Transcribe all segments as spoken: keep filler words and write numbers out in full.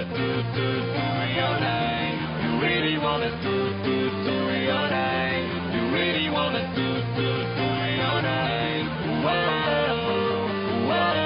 do do do your name? You really wanna do do do your name? You really wanna do do do your name? Whoa,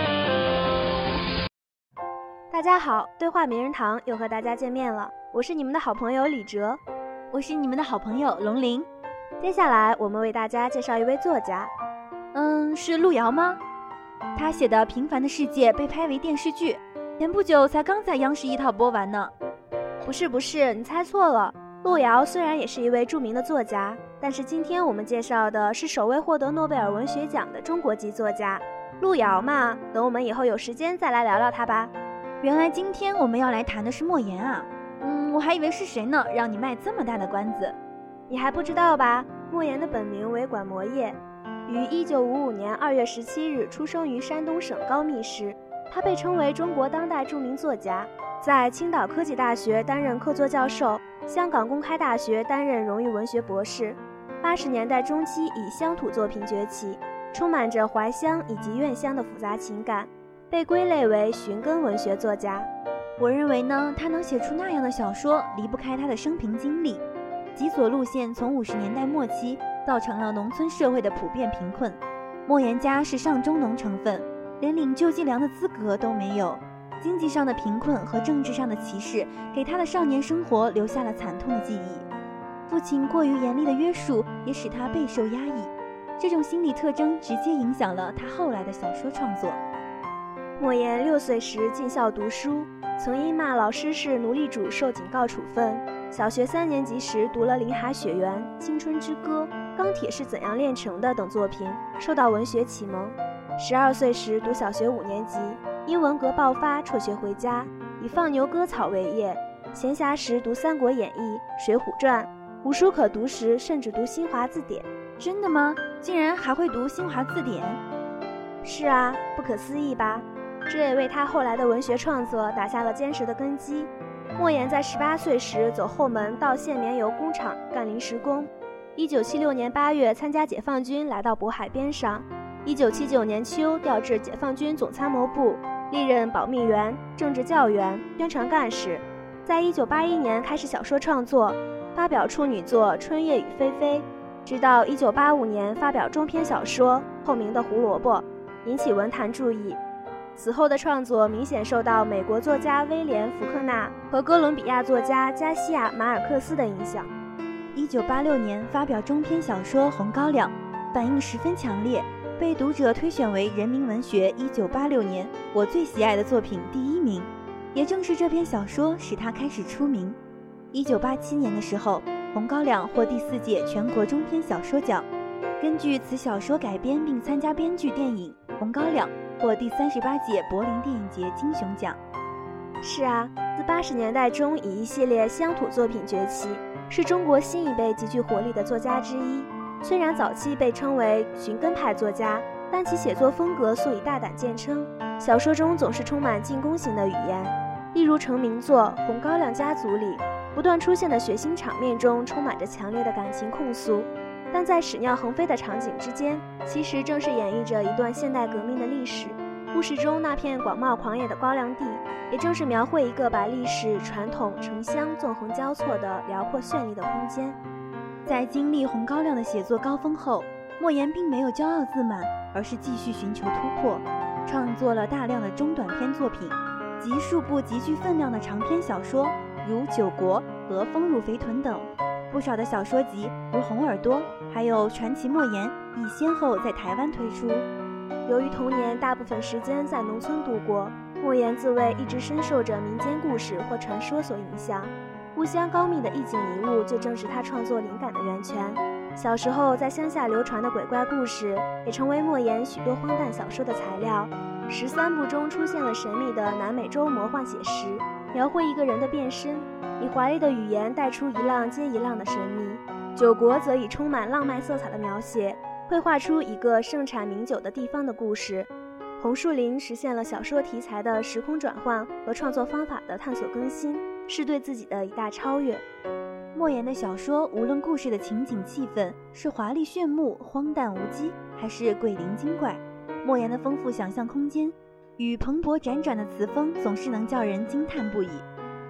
whoa. 大家好，对话名人堂又和大家见面了，我是你们的好朋友李哲， 我是你们的好朋友龙玲。 接下来我们为大家介绍一位作家， 嗯，是路遥吗？他写的《平凡的世界》被拍为电视剧，前不久才刚在央视一套播完呢。 不是不是，你猜错了。路遥虽然也是一位著名的作家，但是今天我们介绍的是首位获得诺贝尔文学奖的中国籍作家。路遥嘛，等我们以后有时间再来聊聊他吧。 原来今天我们要来谈的是莫言啊。嗯，我还以为是谁呢，让你卖这么大的关子。 你还不知道吧？莫言的本名为管膜叶，于一九五五年二月十七日出生于山东省高密市。他被称为中国当代著名作家，在青岛科技大学担任客座教授，香港公开大学担任荣誉文学博士。八十年代中期以乡土作品崛起，充满着怀乡以及怨乡的复杂情感，被归类为寻根文学作家。 我认为呢，他能写出那样的小说，离不开他的生平经历。极左路线从五十年代末期造成了农村社会的普遍贫困，莫言家是上中农成分，连领救济粮的资格都没有。经济上的贫困和政治上的歧视给他的少年生活留下了惨痛的记忆。父亲过于严厉的约束也使他备受压抑，这种心理特征直接影响了他后来的小说创作。 莫言六岁时进校读书，曾因骂老师是奴隶主受警告处分。小学三年级时读了《林海雪原》《青春之歌》《钢铁是怎样炼成的》等作品，受到文学启蒙。十二岁时读小学五年级，因文革爆发辍学回家，以放牛割草为业。闲暇时读《三国演义》《水浒传》，无书可读时甚至读新华字典。 真的吗？竟然还会读新华字典？ 是啊，不可思议吧？这也为他后来的文学创作打下了坚实的根基。莫言在十八岁时走后门到县棉油工厂干临时工。一九七六年八月参加解放军，来到渤海边上。一九七九年秋调至解放军总参谋部，历任保密员、政治教员、宣传干事。在一九八一年开始小说创作，发表处女作《春夜与菲菲》，直到一九八五年发表中篇小说《透明的胡萝卜》，引起文坛注意。此后的创作明显受到美国作家威廉·福克纳和哥伦比亚作家加西亚·马尔克斯的影响。 一九八六年发表中篇小说《红高粱》，反应十分强烈，被读者推选为人民文学一九八六年我最喜爱的作品第一名。也正是这篇小说使他开始出名。一九八七年的时候，《红高粱》获第四届全国中篇小说奖。根据此小说改编并参加编剧电影《红高粱》，获第三十八届柏林电影节金熊奖。 是啊，自八十年代中以一系列乡土作品崛起，是中国新一辈极具活力的作家之一。虽然早期被称为寻根派作家，但其写作风格素以大胆见称，小说中总是充满进攻型的语言。例如成名作《红高粱家族》里，不断出现的血腥场面中充满着强烈的感情控诉，但在屎尿横飞的场景之间，其实正是演绎着一段现代革命的历史。故事中那片广袤狂野的高粱地，也正是描绘一个把历史、传统、城乡纵横交错的辽阔绚丽的空间。 在经历《红高粱》的写作高峰后，莫言并没有骄傲自满，而是继续寻求突破，创作了大量的中短篇作品及数部极具分量的长篇小说，如《九国》和《丰乳肥臀》等。不少的小说集如《红耳朵》还有《传奇莫言》已先后在台湾推出。 由于童年大部分时间在农村度过，莫言自谓一直深受着民间故事或传说所影响。故乡高密的一景一物就正是他创作灵感的源泉。小时候在乡下流传的鬼怪故事，也成为莫言许多荒诞小说的材料。十三部中出现了神秘的南美洲魔幻写实，描绘一个人的变身，以华丽的语言带出一浪接一浪的神秘。九国则以充满浪漫色彩的描写，绘画出一个盛产名酒的地方的故事。红树林实现了小说题材的时空转换和创作方法的探索更新，是对自己的一大超越。 莫言的小说无论故事的情景气氛是华丽炫目、荒诞无稽，还是鬼灵精怪，莫言的丰富想象空间与蓬勃辗转的词风总是能叫人惊叹不已。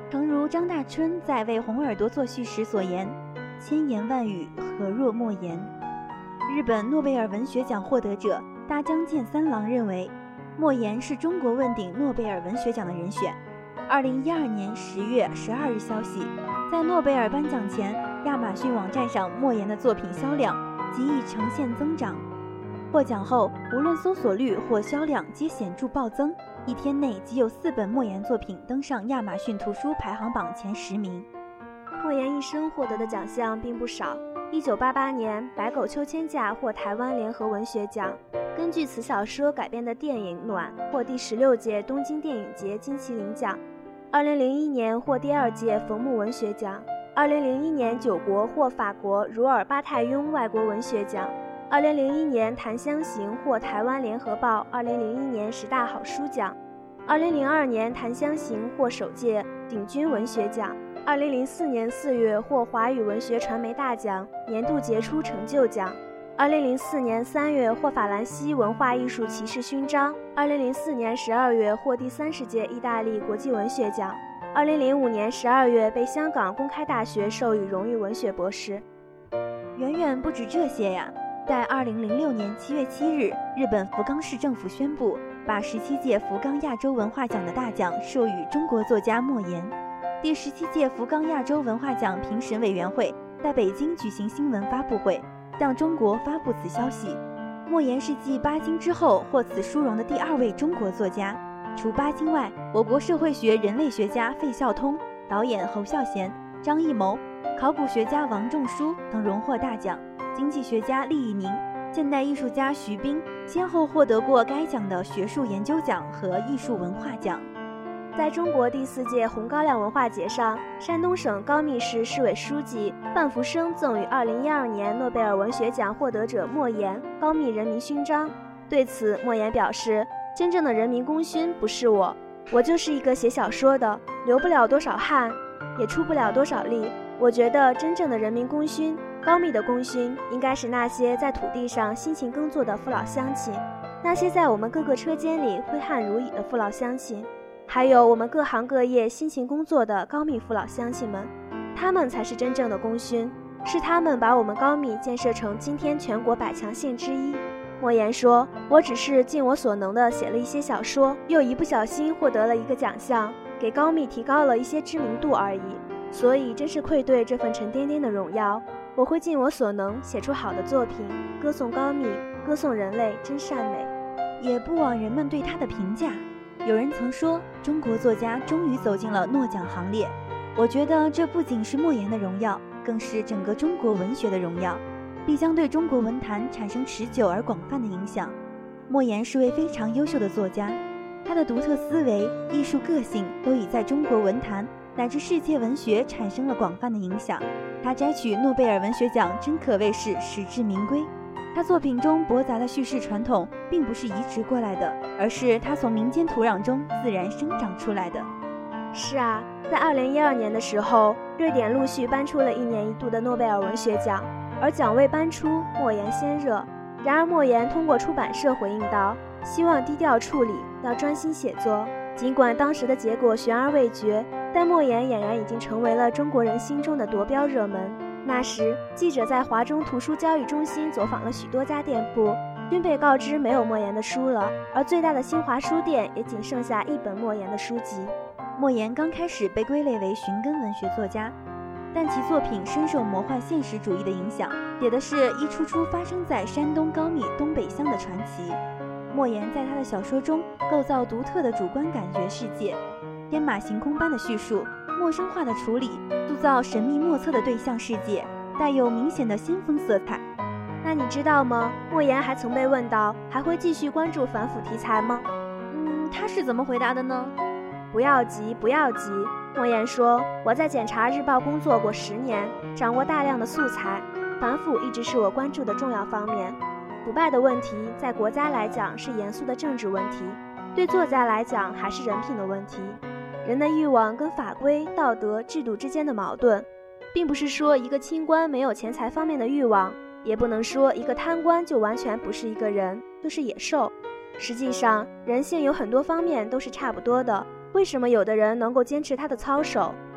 如张大春在为《红耳朵》作序时所言：“千言万语，何若莫言。”日本诺贝尔文学奖获得者大江健三郎认为，莫言是中国问鼎诺贝尔文学奖的人选。二零一二年十月十二日消息，在诺贝尔颁奖前，亚马逊网站上莫言的作品销量即已呈现增长。获奖后，无论搜索率或销量皆显著暴增，一天内即有四本莫言作品登上亚马逊图书排行榜前十名。 莫言一生获得的奖项并不少。一九八八年，白狗秋千架获台湾联合文学奖。根据此小说改编的电影《暖》获第十六届东京电影节金麒麟奖。二零零一年获第二届冯木文学奖。二零零一年九国获法国茹尔巴泰雍外国文学奖。二零零一年檀香刑获台湾联合报二零零一年十大好书奖。二零零二年檀香刑获首届鼎钧文学奖。二零零四年四月获华语文学传媒大奖年度杰出成就奖。二零零四年三月获法兰西文化艺术骑士勋章。二零零四年十二月获第三十届意大利国际文学奖。二零零五年十二月被香港公开大学授予荣誉文学博士。 远远不止这些呀！在二零零六年七月七日，日本福冈市政府宣布，把十七届福冈亚洲文化奖的大奖授予中国作家莫言。第十七届福冈亚洲文化奖评审委员会在北京举行新闻发布会，向中国发布此消息。莫言是继巴金之后获此殊荣的第二位中国作家。除巴金外，我国社会学人类学家费孝通、导演侯孝贤、张艺谋、考古学家王仲舒曾荣获大奖，经济学家厉以宁、现代艺术家徐冰先后获得过该奖的学术研究奖和艺术文化奖。 在中国第四届红高粱文化节上，山东省高密市市委书记范福生赠予二零一二年诺贝尔文学奖获得者莫言高密人民勋章。对此，莫言表示，真正的人民功勋不是我，我就是一个写小说的，流不了多少汗，也出不了多少力。我觉得真正的人民功勋，高密的功勋，应该是那些在土地上辛勤耕作的父老乡亲，那些在我们各个车间里挥汗如雨的父老乡亲，还有我们各行各业辛勤工作的高密父老乡亲们，他们才是真正的功勋，是他们把我们高密建设成今天全国百强县之一。莫言说，我只是尽我所能地写了一些小说，又一不小心获得了一个奖项，给高密提高了一些知名度而已，所以真是愧对这份沉甸甸的荣耀。我会尽我所能写出好的作品，歌颂高密，歌颂人类真善美。 也不枉人们对他的评价。有人曾说，中国作家终于走进了诺奖行列。我觉得这不仅是莫言的荣耀，更是整个中国文学的荣耀，必将对中国文坛产生持久而广泛的影响。莫言是位非常优秀的作家，他的独特思维、艺术个性都已在中国文坛乃至世界文学产生了广泛的影响。他摘取诺贝尔文学奖真可谓是实至名归。他作品中驳杂的叙事传统并不是移植过来的，而是他从民间土壤中自然生长出来的。 是啊，在二零一二年的时候，瑞典陆续颁出了一年一度的诺贝尔文学奖，而奖未颁出，莫言先热。然而莫言通过出版社回应道，希望低调处理，要专心写作。尽管当时的结果悬而未决，但莫言俨然已经成为了中国人心中的夺标热门。那时，记者在华中图书交易中心走访了许多家店铺，均被告知没有莫言的书了，而最大的新华书店也仅剩下一本莫言的书籍。 莫言刚开始被归类为寻根文学作家，但其作品深受魔幻现实主义的影响，写的是一出出发生在山东高密东北乡的传奇。莫言在他的小说中构造独特的主观感觉世界，天马行空般的叙述，陌生化的处理，塑造神秘莫测的对象世界，带有明显的先锋色彩。 那你知道吗？莫言还曾被问到，还会继续关注反腐题材吗？ 嗯，他是怎么回答的呢？ 不要急，不要急。莫言说，我在检察日报工作过十年，掌握大量的素材，反腐一直是我关注的重要方面。腐败的问题在国家来讲是严肃的政治问题，对作家来讲还是人品的问题。人的欲望跟法规、道德、制度之间的矛盾，并不是说一个清官没有钱财方面的欲望，也不能说一个贪官就完全不是一个人，就是野兽。实际上，人性有很多方面都是差不多的。为什么有的人能够坚持他的操守，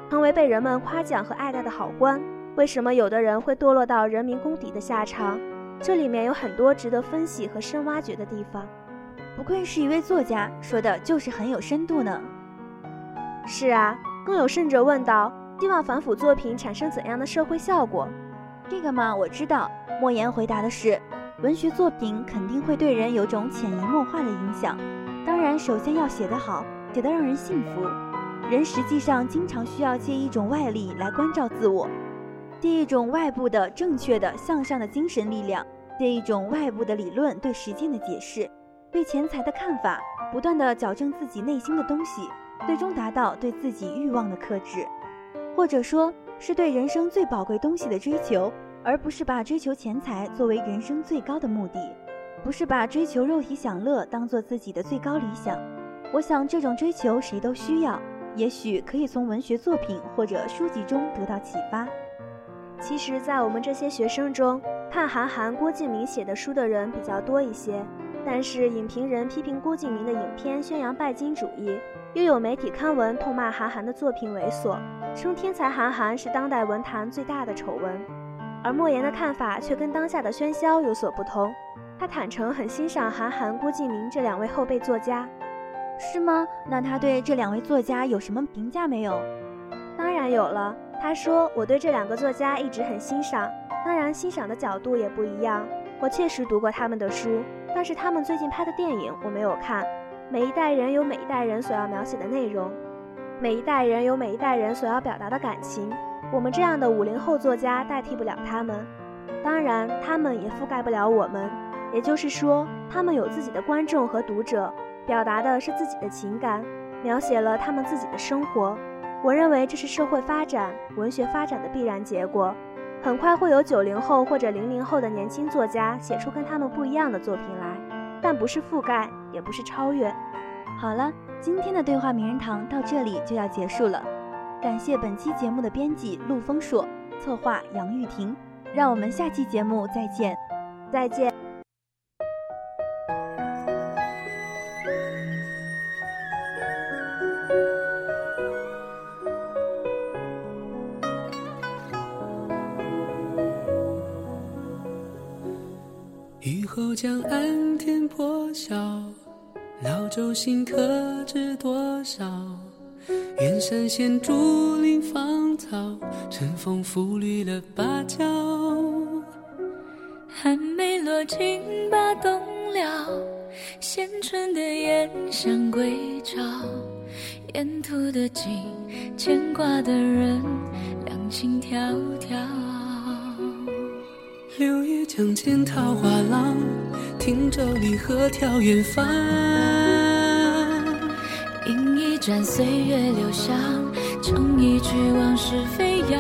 成为被人们夸奖和爱戴的好官，为什么有的人会堕落到人民公敌的下场？这里面有很多值得分析和深挖掘的地方。 不愧是一位作家，说的就是很有深度呢。 是啊，更有甚者问道，希望反腐作品产生怎样的社会效果？ 这个嘛，我知道。莫言回答的是，文学作品肯定会对人有种潜移默化的影响，当然首先要写得好，写得让人信服。人实际上经常需要借一种外力来关照自我，借一种外部的正确的向上的精神力量，借一种外部的理论对实践的解释，对钱财的看法，不断地矫正自己内心的东西，最终达到对自己欲望的克制，或者说是对人生最宝贵东西的追求，而不是把追求钱财作为人生最高的目的，不是把追求肉体享乐当作自己的最高理想。我想这种追求谁都需要，也许可以从文学作品或者书籍中得到启发。 其实在我们这些学生中，看韩寒、郭敬明写的书的人比较多一些，但是影评人批评郭敬明的影片宣扬拜金主义，又有媒体刊文痛骂韩寒的作品猥琐，称天才韩寒是当代文坛最大的丑闻。而莫言的看法却跟当下的喧嚣有所不同，他坦诚很欣赏韩寒、郭敬明这两位后辈作家。 是吗？那他对这两位作家有什么评价没有？ 当然有了，他说我对这两个作家一直很欣赏，当然欣赏的角度也不一样。我确实读过他们的书，但是他们最近拍的电影我没有看。每一代人有每一代人所要描写的内容，每一代人有每一代人所要表达的感情，我们这样的五零后作家代替不了他们，当然他们也覆盖不了我们，也就是说他们有自己的观众和读者，表达的是自己的情感，描写了他们自己的生活。我认为这是社会发展、文学发展的必然结果。很快会有九零后或者零零后的年轻作家写出跟他们不一样的作品来，但不是覆盖，也不是超越。 好了，今天的对话名人堂到这里就要结束了。感谢本期节目的编辑陆丰硕，策划杨玉婷。让我们下期节目再见。 再见。 雨后江岸天破晓，老舟新客知多少？远山现竹林芳草，晨风拂绿了芭蕉。 还没落尽把冬了，衔春的燕想归巢。沿途的景，牵挂的人，两情迢迢。 柳叶江间桃花浪，汀洲里鹤眺远方。 饮一盏岁月留香，唱一曲往事飞扬。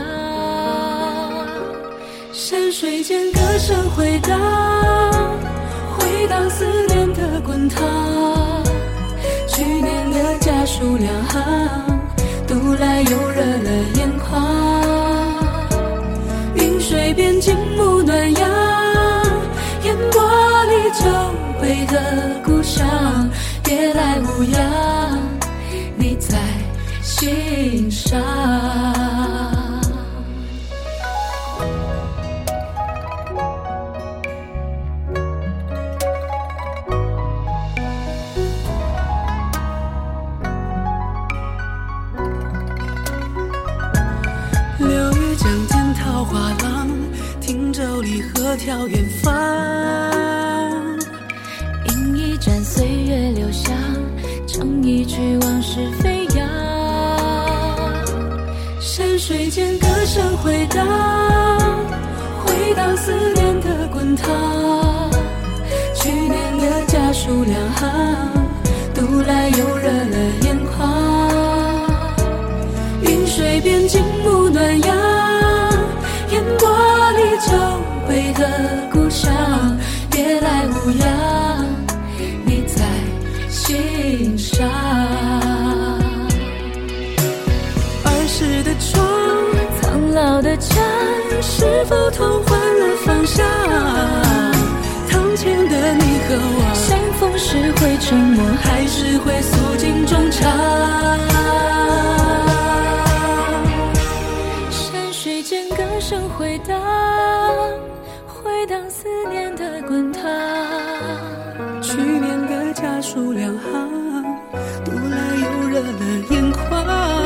山水间歌声回荡，回荡思念的滚烫。去年的家书两行，读来又热了眼眶。云水边静沐暖阳，烟波里久违的故乡，别来无恙，你在心上。六月江天桃花浪，汀洲里鹤眺远方。 饮一盏岁月留香，唱一曲往事飞扬。 山水间歌声回荡，回荡思念的滚烫。去年的家书两行，读来又热了眼眶。云水边静沐暖阳，烟波里久违的故乡，别来无恙，你在心上。儿时的窗， 苍老的墙， 是否同换了方向？堂前的你和我， 相逢时会沉默， 还是会诉尽衷肠？ 间歌声回荡，回荡思念的滚烫。 去年的家书两行，读来又热了眼眶。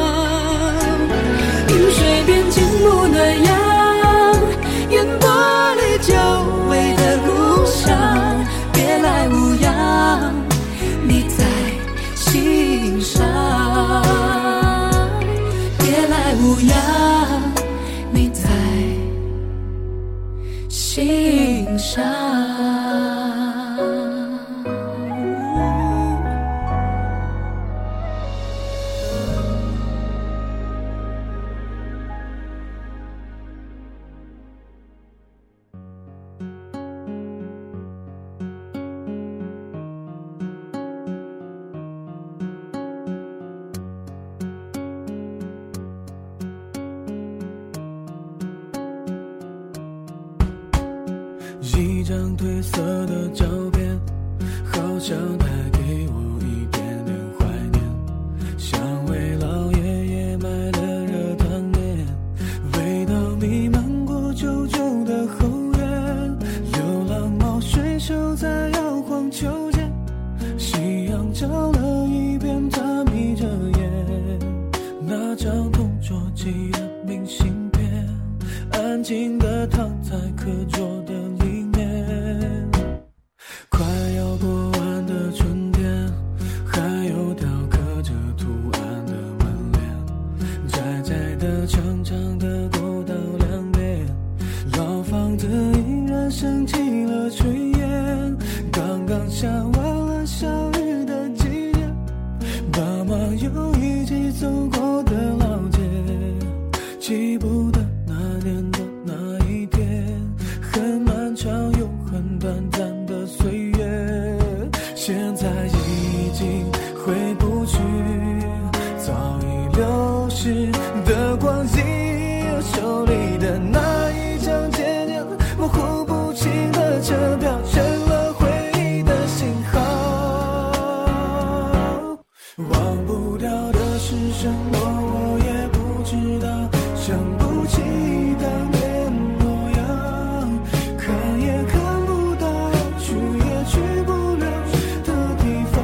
云水边静沐暖阳，烟波里久违的故乡。别来无恙，你在心上。别来无恙，你在心上。 一张褪色的照片，好像带给我一点点怀念，像为老爷爷买的热汤面，味道弥漫过旧旧的后院，流浪猫睡熟在摇晃秋千，夕阳照了一遍，他眯着眼，那张同桌寄的明信片，安静地躺在课桌的里面。快要过完的春天，还有雕刻着图案的门帘，窄窄的长长的过道两边，老房子依然升起了炊烟，刚刚下完了小雨的季节，爸妈又一起走过的老街，记不得那年的那一天，很漫长又很短暂的岁月，现在已经回不去，早已流逝的光阴，手里的那一张渐渐模糊不清的车票，成了回忆的信号。忘不掉的是什么，我也不知道，想不起当年模样，看也看不到，去也去不了的地方。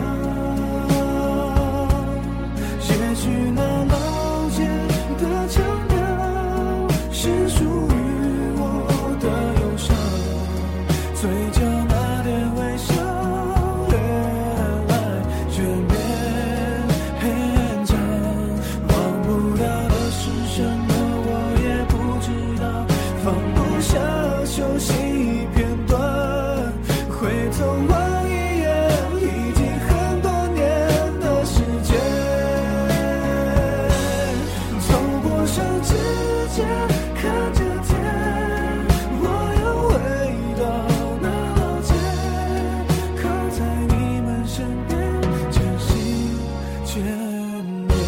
也许那老街的腔调是属于我的忧伤，嘴角那点微笑越来越绵长，忘不掉的是什么，我也不知道，放不下熟悉片段，回头望一眼，已经很多年的时间，走过手指间，看着天，我又回到那老街，靠在你们身边，渐行渐远。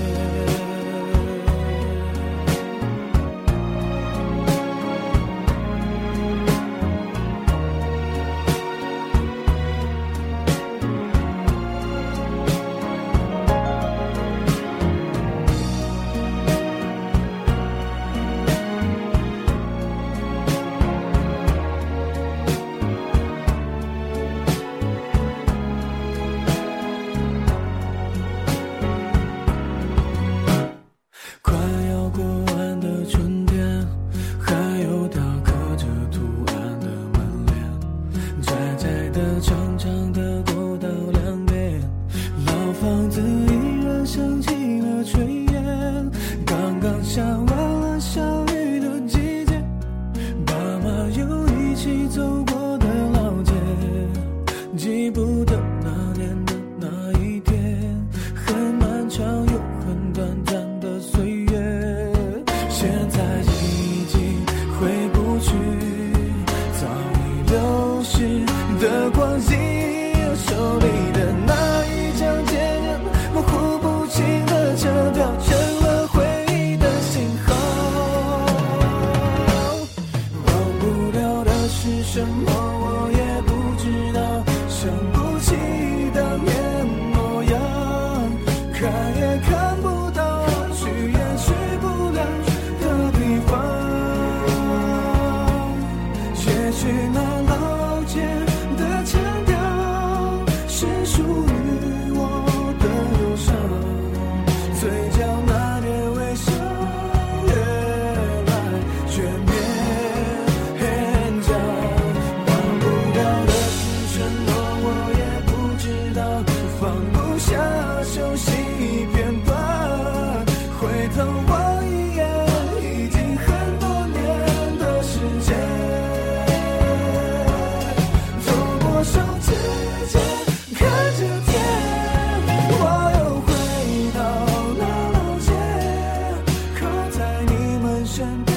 快要过完的春天，还有雕刻着图案的门帘，窄窄的长长的过道两边，老房子依然升起了炊烟，刚刚下完了小雨的季节，爸妈又一起走过的老街，记不得那年的那一天，很漫长又很短暂的岁月，现在已经回不去，早已流逝的光阴，手里的那一张渐渐模糊不清的车票，成了回忆的信号。忘不掉的是什么，我也不知道，想不起当年模样，看也看不到，去也去不了的地方。 身边。